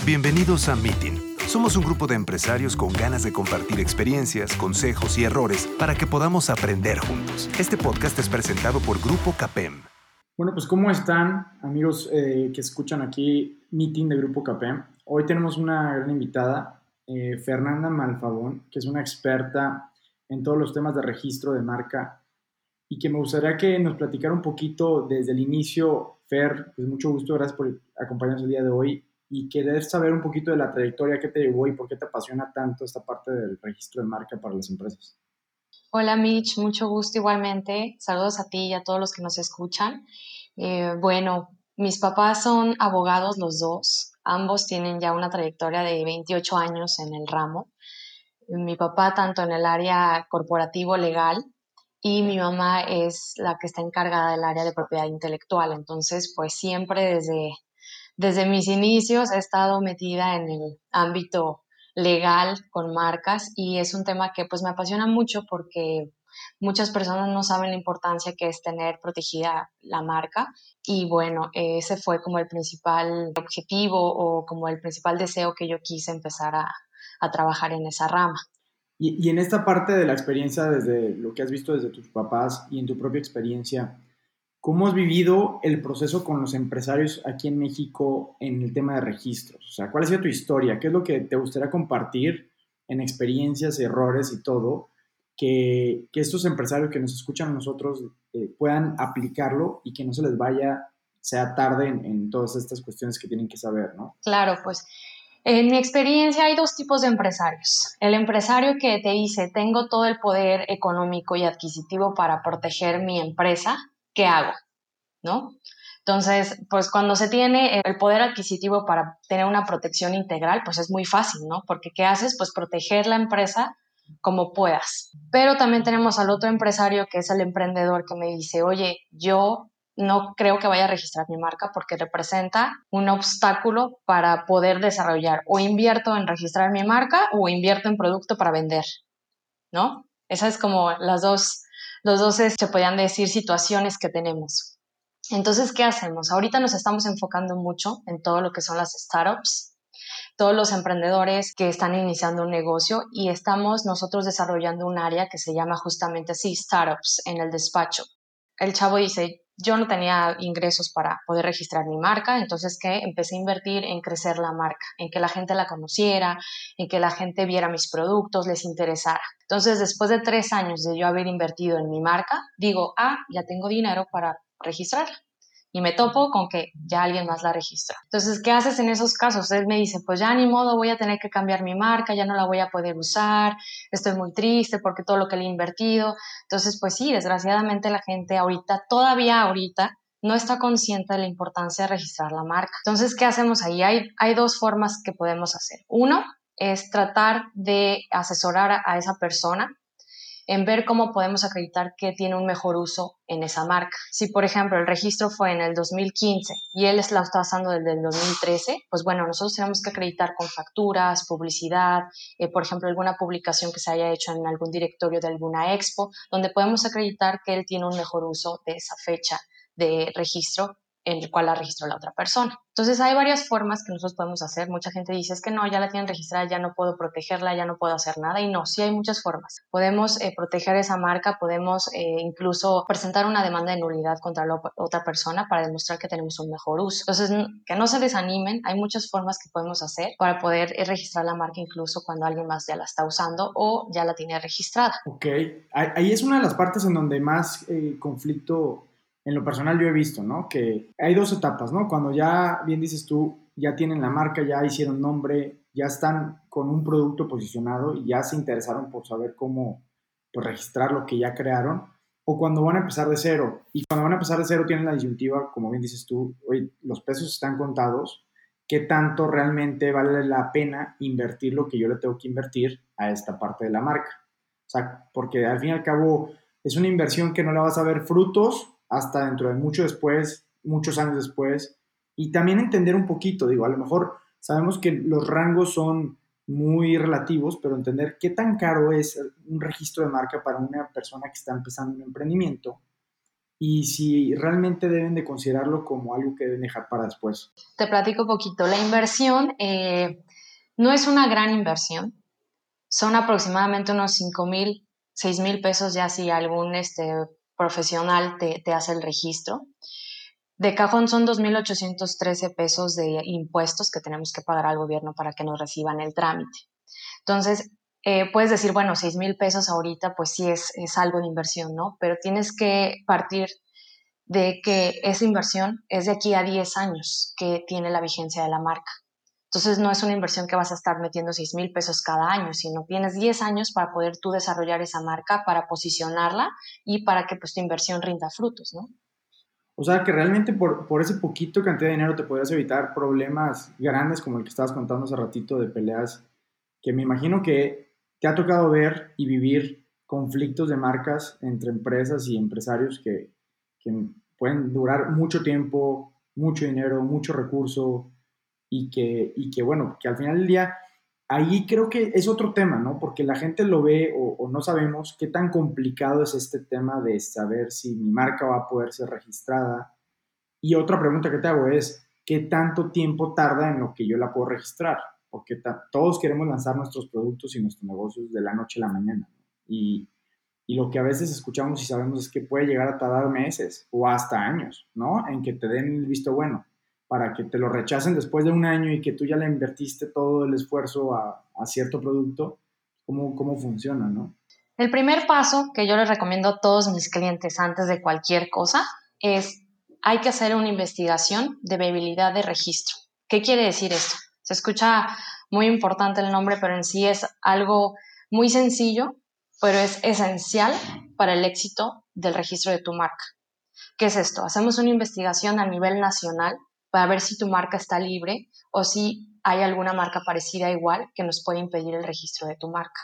Bienvenidos a Meeting. Somos un grupo de empresarios con ganas de compartir experiencias, consejos y errores para que podamos aprender juntos. Este podcast es presentado por Grupo CAPEM. Bueno, pues ¿cómo están, amigos que escuchan aquí Meeting de Grupo CAPEM? Hoy tenemos una gran invitada, Fernanda Malfabón, que es una experta en todos los temas de registro de marca y que me gustaría que nos platicara un poquito desde el inicio. Fer, pues mucho gusto, gracias por acompañarnos el día de hoy y querer saber un poquito de la trayectoria que te llevó y por qué te apasiona tanto esta parte del registro de marca para las empresas. Hola Mitch, mucho gusto igualmente. Saludos a ti y a todos los que nos escuchan. Bueno, mis papás son abogados los dos. Ambos tienen ya una trayectoria de 28 años en el ramo. Mi papá tanto en el área corporativo legal y mi mamá es la que está encargada del área de propiedad intelectual. Entonces, pues siempre desde mis inicios he estado metida en el ámbito legal con marcas y es un tema que pues me apasiona mucho porque muchas personas no saben la importancia que es tener protegida la marca y bueno, ese fue como el principal objetivo o como el principal deseo que yo quise empezar a trabajar en esa rama. Y en esta parte de la experiencia, desde lo que has visto desde tus papás y en tu propia experiencia, ¿cómo has vivido el proceso con los empresarios aquí en México en el tema de registros? O sea, ¿cuál ha sido tu historia? ¿Qué es lo que te gustaría compartir en experiencias, errores y todo? Que estos empresarios que nos escuchan a nosotros puedan aplicarlo y que no se les vaya, sea tarde en todas estas cuestiones que tienen que saber, ¿no? Claro, pues en mi experiencia hay dos tipos de empresarios. El empresario que te dice, tengo todo el poder económico y adquisitivo para proteger mi empresa, ¿qué hago? ¿No? Entonces, pues cuando se tiene el poder adquisitivo para tener una protección integral, pues es muy fácil, ¿no? Porque ¿qué haces? Pues proteger la empresa como puedas. Pero también tenemos al otro empresario que es el emprendedor que me dice, oye, yo no creo que vaya a registrar mi marca porque representa un obstáculo para poder desarrollar. O invierto en registrar mi marca o invierto en producto para vender, ¿no? Esas es como los dos se podrían decir situaciones que tenemos. Entonces, ¿qué hacemos? Ahorita nos estamos enfocando mucho en todo lo que son las startups, todos los emprendedores que están iniciando un negocio y estamos nosotros desarrollando un área que se llama justamente así, startups, en el despacho. El chavo dice, yo no tenía ingresos para poder registrar mi marca, entonces que empecé a invertir en crecer la marca, en que la gente la conociera, en que la gente viera mis productos, les interesara. Entonces, después de 3 años de yo haber invertido en mi marca, digo, ya tengo dinero para registrarla. Y me topo con que ya alguien más la registra. Entonces, ¿qué haces en esos casos? Él me dice, pues ya ni modo, voy a tener que cambiar mi marca, ya no la voy a poder usar, estoy muy triste porque todo lo que le he invertido. Entonces, pues sí, desgraciadamente la gente todavía ahorita, no está consciente de la importancia de registrar la marca. Entonces, ¿qué hacemos ahí? Hay dos formas que podemos hacer. Uno es tratar de asesorar a esa persona en ver cómo podemos acreditar que tiene un mejor uso en esa marca. Si, por ejemplo, el registro fue en el 2015 y él la está usando desde el 2013, pues bueno, nosotros tenemos que acreditar con facturas, publicidad, por ejemplo, alguna publicación que se haya hecho en algún directorio de alguna expo, donde podemos acreditar que él tiene un mejor uso de esa fecha de registro en el cual la registró la otra persona. Entonces hay varias formas que nosotros podemos hacer. Mucha gente dice, es que no, ya la tienen registrada, ya no puedo protegerla, ya no puedo hacer nada. Y no, sí hay muchas formas. Podemos proteger esa marca, podemos incluso presentar una demanda de nulidad contra la otra persona para demostrar que tenemos un mejor uso. Entonces, que no se desanimen, hay muchas formas que podemos hacer para poder registrar la marca incluso cuando alguien más ya la está usando o ya la tiene registrada. Ok, ahí es una de las partes en donde más conflicto en lo personal yo he visto, ¿no? Que hay dos etapas, ¿no? Cuando ya, bien dices tú, ya tienen la marca, ya hicieron nombre, ya están con un producto posicionado y ya se interesaron por saber cómo pues, registrar lo que ya crearon, o cuando van a empezar de cero. Y cuando van a empezar de cero tienen la disyuntiva, como bien dices tú, oye, los pesos están contados, ¿qué tanto realmente vale la pena invertir lo que yo le tengo que invertir a esta parte de la marca? O sea, porque al fin y al cabo es una inversión que no la vas a ver frutos hasta dentro de mucho después, muchos años después. Y también entender un poquito, digo, a lo mejor sabemos que los rangos son muy relativos, pero entender qué tan caro es un registro de marca para una persona que está empezando un emprendimiento y si realmente deben de considerarlo como algo que deben dejar para después. Te platico un poquito. La inversión no es una gran inversión. Son aproximadamente unos 5,000, 6,000 pesos ya si algún profesional te hace el registro. De cajón son 2,813 pesos de impuestos que tenemos que pagar al gobierno para que nos reciban el trámite. Entonces, puedes decir, bueno, 6,000 pesos ahorita, pues sí es algo de inversión, ¿no? Pero tienes que partir de que esa inversión es de aquí a 10 años que tiene la vigencia de la marca. Entonces, no es una inversión que vas a estar metiendo 6,000 pesos cada año, sino tienes 10 años para poder tú desarrollar esa marca, para posicionarla y para que pues tu inversión rinda frutos, ¿no? O sea, que realmente por ese poquito cantidad de dinero te podrías evitar problemas grandes como el que estabas contando hace ratito de peleas, que me imagino que te ha tocado ver y vivir conflictos de marcas entre empresas y empresarios que pueden durar mucho tiempo, mucho dinero, mucho recurso y que bueno, que al final del día, ahí creo que es otro tema, ¿no? Porque la gente lo ve o no sabemos qué tan complicado es este tema de saber si mi marca va a poder ser registrada. Y otra pregunta que te hago es, ¿qué tanto tiempo tarda en lo que yo la puedo registrar? Porque todos queremos lanzar nuestros productos y nuestros negocios de la noche a la mañana, ¿no? Y lo que a veces escuchamos y sabemos es que puede llegar a tardar meses o hasta años, ¿no? En que te den el visto bueno, para que te lo rechacen después de un año y que tú ya le invertiste todo el esfuerzo a cierto producto. ¿Cómo funciona, no? El primer paso que yo les recomiendo a todos mis clientes antes de cualquier cosa es hay que hacer una investigación de viabilidad de registro. ¿Qué quiere decir esto? Se escucha muy importante el nombre, pero en sí es algo muy sencillo, pero es esencial para el éxito del registro de tu marca. ¿Qué es esto? Hacemos una investigación a nivel nacional para ver si tu marca está libre o si hay alguna marca parecida igual que nos puede impedir el registro de tu marca.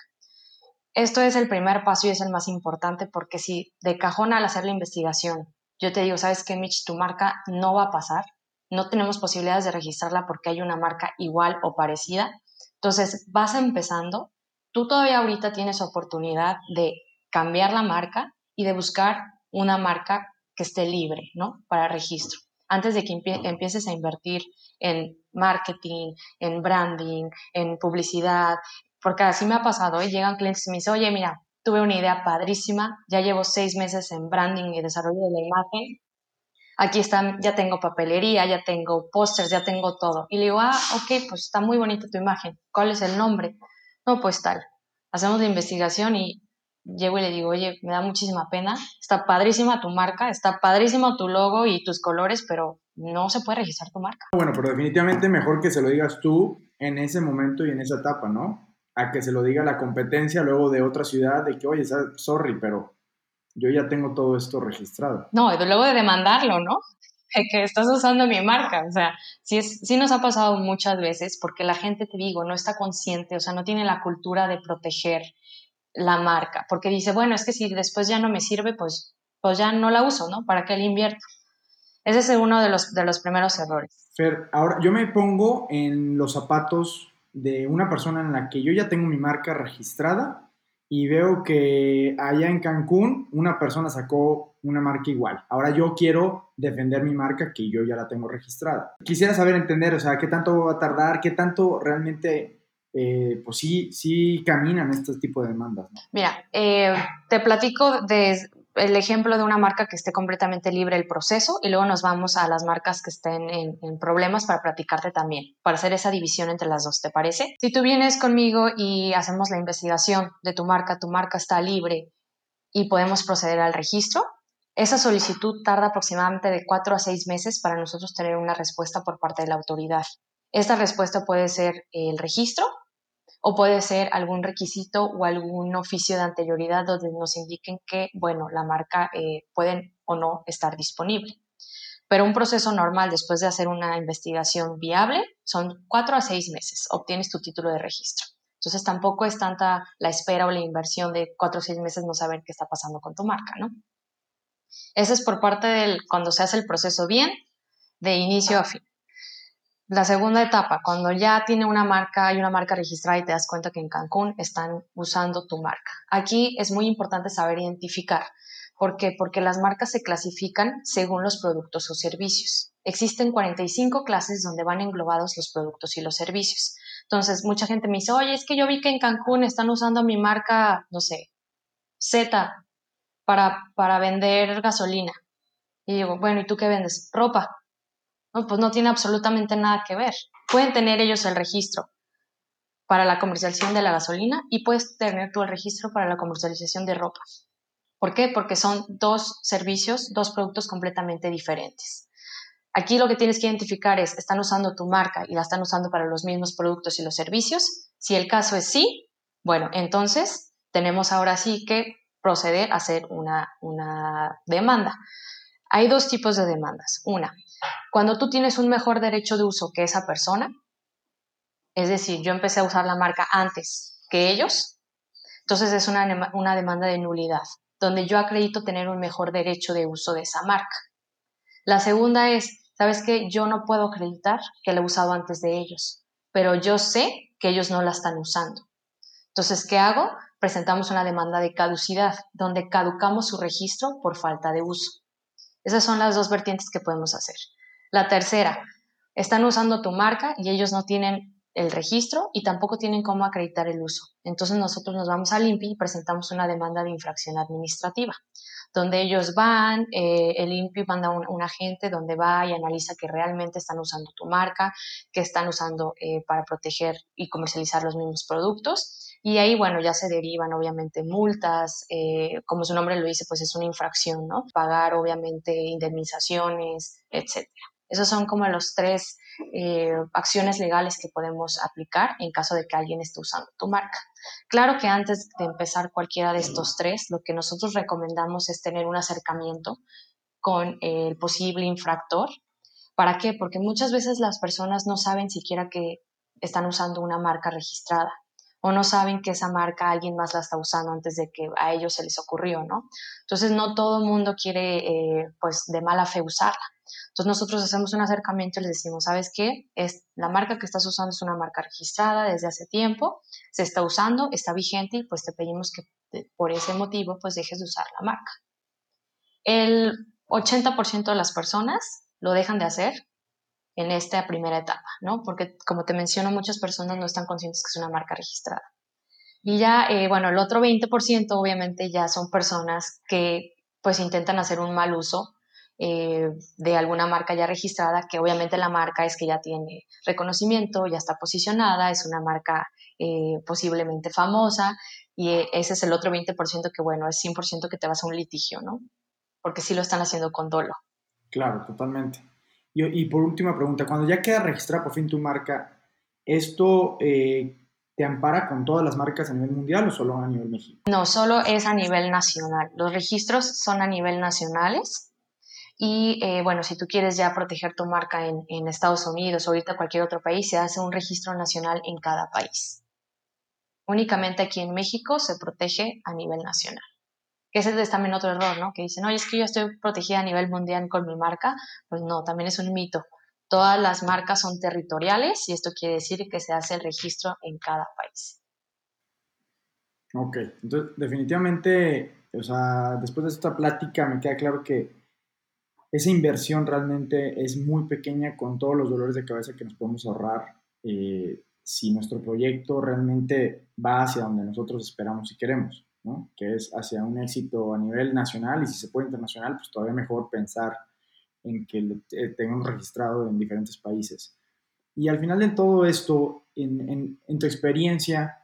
Esto es el primer paso y es el más importante porque si de cajón al hacer la investigación yo te digo, ¿sabes qué, Mitch? Tu marca no va a pasar, no tenemos posibilidades de registrarla porque hay una marca igual o parecida. Entonces vas empezando, tú todavía ahorita tienes oportunidad de cambiar la marca y de buscar una marca que esté libre, ¿no? Para registro. Antes de que empieces a invertir en marketing, en branding, en publicidad, porque así me ha pasado, ¿eh? Llegan clientes y me dicen, oye, mira, tuve una idea padrísima, ya llevo 6 meses en branding y desarrollo de la imagen, aquí están, ya tengo papelería, ya tengo pósters, ya tengo todo. Y le digo, ok, pues está muy bonita tu imagen, ¿cuál es el nombre? No, pues tal. Hacemos la investigación y llego y le digo, oye, me da muchísima pena, está padrísima tu marca, está padrísimo tu logo y tus colores, pero no se puede registrar tu marca. Bueno, pero definitivamente mejor que se lo digas tú en ese momento y en esa etapa, ¿no? A que se lo diga la competencia luego de otra ciudad de que, oye, sorry, pero yo ya tengo todo esto registrado. No, y luego de demandarlo, ¿no? Que estás usando mi marca. O sea, sí nos ha pasado muchas veces porque la gente, te digo, no está consciente, o sea, no tiene la cultura de proteger la marca, porque dice, bueno, es que si después ya no me sirve, pues ya no la uso, ¿no? ¿Para qué la invierto? Ese es uno de los primeros errores. Fer, ahora yo me pongo en los zapatos de una persona en la que yo ya tengo mi marca registrada y veo que allá en Cancún una persona sacó una marca igual. Ahora yo quiero defender mi marca que yo ya la tengo registrada. Quisiera saber entender, o sea, qué tanto va a tardar, qué tanto realmente, pues sí caminan este tipo de demandas, ¿no? Mira, te platico el ejemplo de una marca que esté completamente libre el proceso y luego nos vamos a las marcas que estén en problemas para platicarte también, para hacer esa división entre las dos, ¿te parece? Si tú vienes conmigo y hacemos la investigación de tu marca está libre y podemos proceder al registro, esa solicitud tarda aproximadamente de 4 a 6 meses para nosotros tener una respuesta por parte de la autoridad. Esta respuesta puede ser el registro o puede ser algún requisito o algún oficio de anterioridad donde nos indiquen que, bueno, la marca puede o no estar disponible. Pero un proceso normal después de hacer una investigación viable son 4 a 6 meses, obtienes tu título de registro. Entonces tampoco es tanta la espera o la inversión de 4 o 6 meses no saber qué está pasando con tu marca, ¿no? Ese es por parte cuando se hace el proceso bien, de inicio a fin. La segunda etapa, cuando ya hay una marca registrada y te das cuenta que en Cancún están usando tu marca. Aquí es muy importante saber identificar, ¿Por qué? Porque las marcas se clasifican según los productos o servicios. Existen 45 clases donde van englobados los productos y los servicios. Entonces, mucha gente me dice, oye, es que yo vi que en Cancún están usando mi marca, no sé, Z para vender gasolina. Y digo, bueno, ¿y tú qué vendes? Ropa. No, pues no tiene absolutamente nada que ver. Pueden tener ellos el registro para la comercialización de la gasolina y puedes tener tú el registro para la comercialización de ropa. ¿Por qué? Porque son dos servicios, dos productos completamente diferentes. Aquí lo que tienes que identificar es, ¿están usando tu marca y la están usando para los mismos productos y los servicios? Si el caso es sí, bueno, entonces tenemos ahora sí que proceder a hacer una demanda. Hay dos tipos de demandas. Una, cuando tú tienes un mejor derecho de uso que esa persona, es decir, yo empecé a usar la marca antes que ellos, entonces es una demanda de nulidad, donde yo acredito tener un mejor derecho de uso de esa marca. La segunda es, ¿sabes qué? Yo no puedo acreditar que la he usado antes de ellos, pero yo sé que ellos no la están usando. Entonces, ¿qué hago? Presentamos una demanda de caducidad, donde caducamos su registro por falta de uso. Esas son las dos vertientes que podemos hacer. La tercera, están usando tu marca y ellos no tienen el registro y tampoco tienen cómo acreditar el uso. Entonces nosotros nos vamos al INPI y presentamos una demanda de infracción administrativa, donde ellos van, el INPI manda un agente donde va y analiza que realmente están usando tu marca, que están usando para proteger y comercializar los mismos productos. Y ahí, bueno, ya se derivan obviamente multas, como su nombre lo dice, pues es una infracción, ¿no? Pagar obviamente indemnizaciones, etcétera. Esos son como los tres acciones legales que podemos aplicar en caso de que alguien esté usando tu marca. Claro que antes de empezar cualquiera de estos tres, lo que nosotros recomendamos es tener un acercamiento con el posible infractor. ¿Para qué? Porque muchas veces las personas no saben siquiera que están usando una marca registrada o no saben que esa marca alguien más la está usando antes de que a ellos se les ocurrió, ¿no? Entonces no todo el mundo quiere, pues, de mala fe usarla. Entonces nosotros hacemos un acercamiento y les decimos, ¿sabes qué? La marca que estás usando es una marca registrada desde hace tiempo, se está usando, está vigente y pues te pedimos que por ese motivo pues dejes de usar la marca. El 80% de las personas lo dejan de hacer en esta primera etapa, ¿no? Porque como te menciono, muchas personas no están conscientes que es una marca registrada. Y ya, bueno, el otro 20% obviamente ya son personas que pues intentan hacer un mal uso de alguna marca ya registrada, que obviamente la marca es que ya tiene reconocimiento, ya está posicionada, es una marca posiblemente famosa y ese es el otro 20% que bueno, es 100% que te vas a un litigio, ¿no? Porque sí lo están haciendo con dolo. Claro, totalmente. Y por última pregunta, cuando ya queda registrada por fin tu marca, ¿esto te ampara con todas las marcas a nivel mundial o solo a nivel México? No, solo es a nivel nacional. Los registros son a nivel nacionales y bueno, si tú quieres ya proteger tu marca en Estados Unidos o ahorita cualquier otro país, se hace un registro nacional en cada país. Únicamente aquí en México se protege a nivel nacional. Que ese es también otro error, ¿no? Que dicen, oye, es que yo estoy protegida a nivel mundial con mi marca. Pues no, también es un mito. Todas las marcas son territoriales y esto quiere decir que se hace el registro en cada país. Ok, entonces definitivamente, o sea, después de esta plática me queda claro que esa inversión realmente es muy pequeña con todos los dolores de cabeza que nos podemos ahorrar si nuestro proyecto realmente va hacia donde nosotros esperamos y queremos, ¿no? Que es hacia un éxito a nivel nacional y si se puede internacional, pues todavía mejor pensar en que lo tengamos registrado en diferentes países. Y al final de todo esto, en tu experiencia,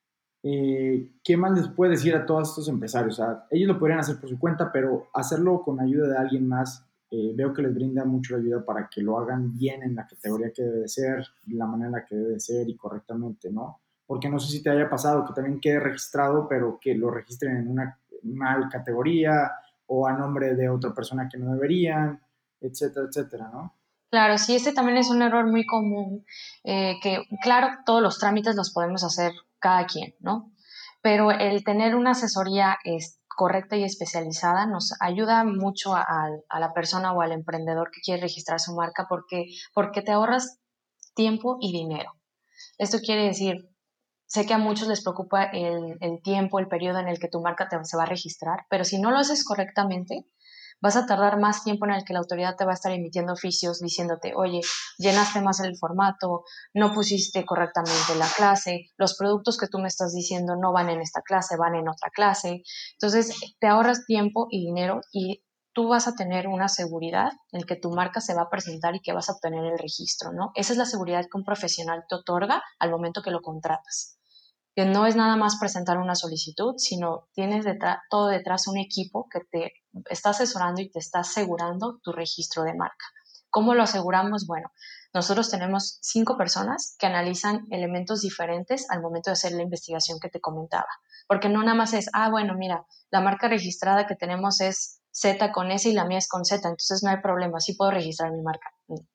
¿qué más les puedes decir a todos estos empresarios? O sea, ellos lo podrían hacer por su cuenta, pero hacerlo con ayuda de alguien más, veo que les brinda mucho ayuda para que lo hagan bien en la categoría que debe de ser, la manera en la que debe de ser y correctamente, ¿no? Porque no sé si te haya pasado que también quede registrado, pero que lo registren en una mal categoría o a nombre de otra persona que no deberían, etcétera, etcétera, ¿no? Claro, sí, este también es un error muy común, que claro, todos los trámites los podemos hacer cada quien, ¿no? Pero el tener una asesoría correcta y especializada nos ayuda mucho a la persona o al emprendedor que quiere registrar su marca porque te ahorras tiempo y dinero. Esto quiere decir, sé que a muchos les preocupa el tiempo, el periodo en el que tu marca se va a registrar, pero si no lo haces correctamente, vas a tardar más tiempo en el que la autoridad te va a estar emitiendo oficios diciéndote, oye, llenaste más el formato, no pusiste correctamente la clase, los productos que tú me estás diciendo no van en esta clase, van en otra clase. Entonces, te ahorras tiempo y dinero y tú vas a tener una seguridad en que tu marca se va a presentar y que vas a obtener el registro, ¿no? Esa es la seguridad que un profesional te otorga al momento que lo contratas. Que no es nada más presentar una solicitud, sino tienes todo detrás un equipo que te está asesorando y te está asegurando tu registro de marca. ¿Cómo lo aseguramos? Bueno, nosotros tenemos 5 personas que analizan elementos diferentes al momento de hacer la investigación que te comentaba. Porque no nada más es, bueno, mira, la marca registrada que tenemos es Z con S y la mía es con Z, entonces no hay problema, sí puedo registrar mi marca.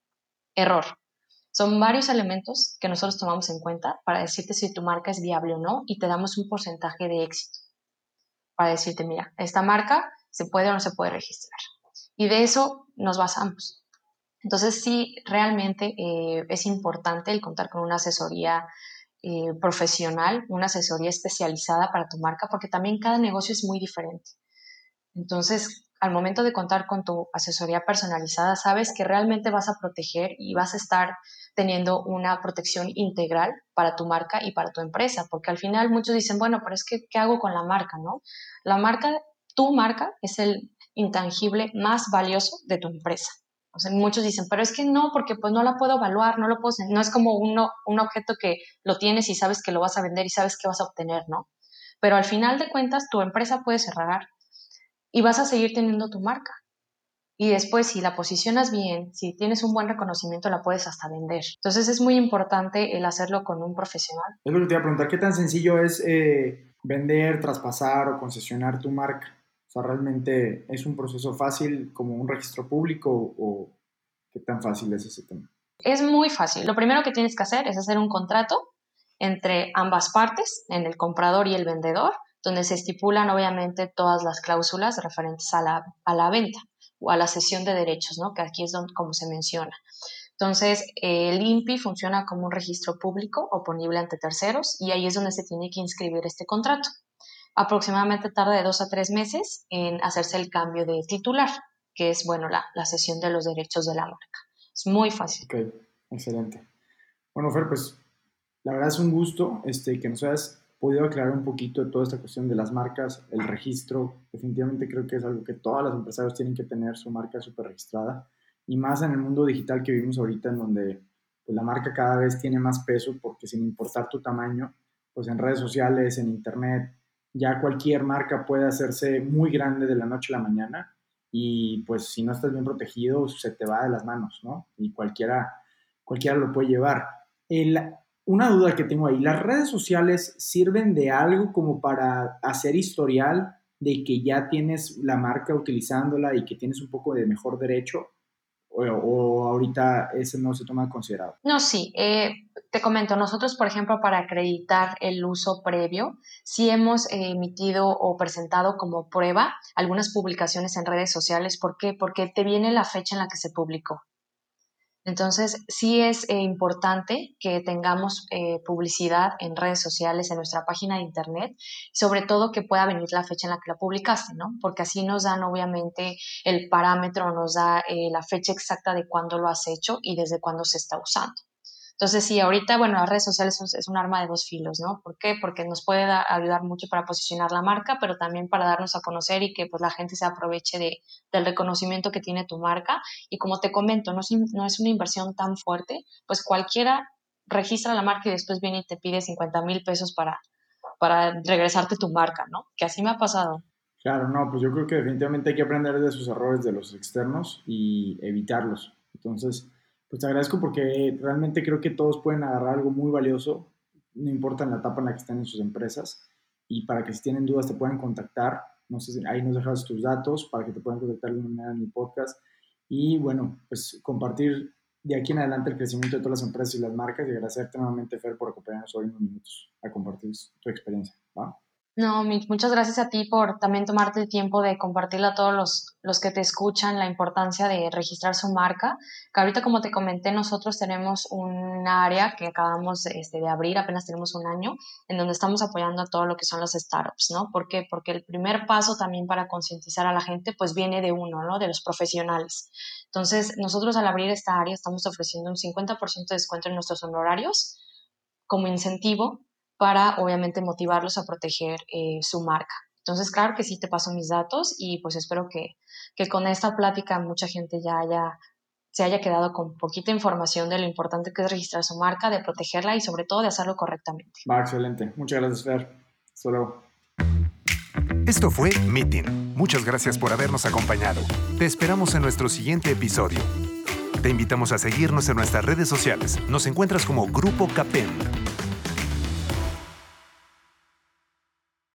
Error. Son varios elementos que nosotros tomamos en cuenta para decirte si tu marca es viable o no y te damos un porcentaje de éxito para decirte, mira, esta marca se puede o no se puede registrar. Y de eso nos basamos. Entonces, sí, realmente es importante el contar con una asesoría profesional, una asesoría especializada para tu marca, porque también cada negocio es muy diferente. Entonces, al momento de contar con tu asesoría personalizada, sabes que realmente vas a proteger y vas a estar teniendo una protección integral para tu marca y para tu empresa, porque al final muchos dicen, bueno, pero es que, ¿qué hago con la marca, no? La marca, tu marca es el intangible más valioso de tu empresa. O sea, muchos dicen, pero es que no, porque pues no la puedo evaluar, no lo puedo, no es como un objeto que lo tienes y sabes que lo vas a vender y sabes que vas a obtener, ¿no? Pero al final de cuentas, tu empresa puede cerrar y vas a seguir teniendo tu marca. Y después, si la posicionas bien, si tienes un buen reconocimiento, la puedes hasta vender. Entonces es muy importante el hacerlo con un profesional. Es lo que te iba a preguntar, ¿qué tan sencillo es vender, traspasar o concesionar tu marca? O sea, ¿realmente es un proceso fácil como un registro público o qué tan fácil es ese tema? Es muy fácil. Lo primero que tienes que hacer es hacer un contrato entre ambas partes, en el comprador y el vendedor, donde se estipulan obviamente todas las cláusulas referentes a la venta o a la cesión de derechos, ¿no? Que aquí es donde, como se menciona. Entonces, el INPI funciona como un registro público oponible ante terceros y ahí es donde se tiene que inscribir este contrato. Aproximadamente tarda de 2 a 3 meses en hacerse el cambio de titular, que es, bueno, la cesión de los derechos de la marca. Es muy fácil. Ok, excelente. Bueno, Fer, pues la verdad es un gusto que nos hayas podido aclarar un poquito de toda esta cuestión de las marcas, el registro. Definitivamente creo que es algo que todos los empresarios tienen que tener, su marca súper registrada. Y más en el mundo digital que vivimos ahorita, en donde pues, la marca cada vez tiene más peso, porque sin importar tu tamaño, pues en redes sociales, en internet, ya cualquier marca puede hacerse muy grande de la noche a la mañana. Y pues si no estás bien protegido, se te va de las manos, ¿no? Y cualquiera lo puede llevar. El, una duda que tengo ahí, ¿las redes sociales sirven de algo como para hacer historial de que ya tienes la marca utilizándola y que tienes un poco de mejor derecho? ¿O ahorita ese no se toma considerado? No, sí, te comento, nosotros, por ejemplo, para acreditar el uso previo, sí hemos emitido o presentado como prueba algunas publicaciones en redes sociales. ¿Por qué? Porque te viene la fecha en la que se publicó. Entonces, sí es importante que tengamos publicidad en redes sociales, en nuestra página de internet, sobre todo que pueda venir la fecha en la que la publicaste, ¿no? Porque así nos dan obviamente el parámetro, nos da la fecha exacta de cuándo lo has hecho y desde cuándo se está usando. Entonces, sí, ahorita, bueno, las redes sociales es un arma de dos filos, ¿no? ¿Por qué? Porque nos puede ayudar mucho para posicionar la marca, pero también para darnos a conocer y que pues la gente se aproveche del reconocimiento que tiene tu marca. Y como te comento, no es una inversión tan fuerte, pues cualquiera registra la marca y después viene y te pide 50,000 pesos para regresarte tu marca, ¿no? Que así me ha pasado. Claro, no, pues yo creo que definitivamente hay que aprender de sus errores de los externos y evitarlos. Entonces, pues te agradezco porque realmente creo que todos pueden agarrar algo muy valioso, no importa en la etapa en la que estén en sus empresas, y para que si tienen dudas te puedan contactar. No sé si ahí nos dejas tus datos para que te puedan contactar de una manera en el podcast. Y bueno, pues compartir de aquí en adelante el crecimiento de todas las empresas y las marcas y agradecerte nuevamente, Fer, por acompañarnos hoy unos minutos a compartir tu experiencia. ¿Va? No, muchas gracias a ti por también tomarte el tiempo de compartirle a todos los que te escuchan la importancia de registrar su marca. Que ahorita, como te comenté, nosotros tenemos un área que acabamos de abrir, apenas tenemos un año, en donde estamos apoyando a todo lo que son las startups, ¿no? ¿Por qué? Porque el primer paso también para concientizar a la gente, pues viene de uno, ¿no? De los profesionales. Entonces, nosotros al abrir esta área estamos ofreciendo un 50% de descuento en nuestros honorarios como incentivo para obviamente motivarlos a proteger su marca. Entonces, claro que sí te paso mis datos y pues espero que con esta plática mucha gente se haya quedado con poquita información de lo importante que es registrar su marca, de protegerla y sobre todo de hacerlo correctamente. Va, excelente. Muchas gracias, Fer. Hasta luego. Esto fue Meeting. Muchas gracias por habernos acompañado. Te esperamos en nuestro siguiente episodio. Te invitamos a seguirnos en nuestras redes sociales. Nos encuentras como Grupo Capen.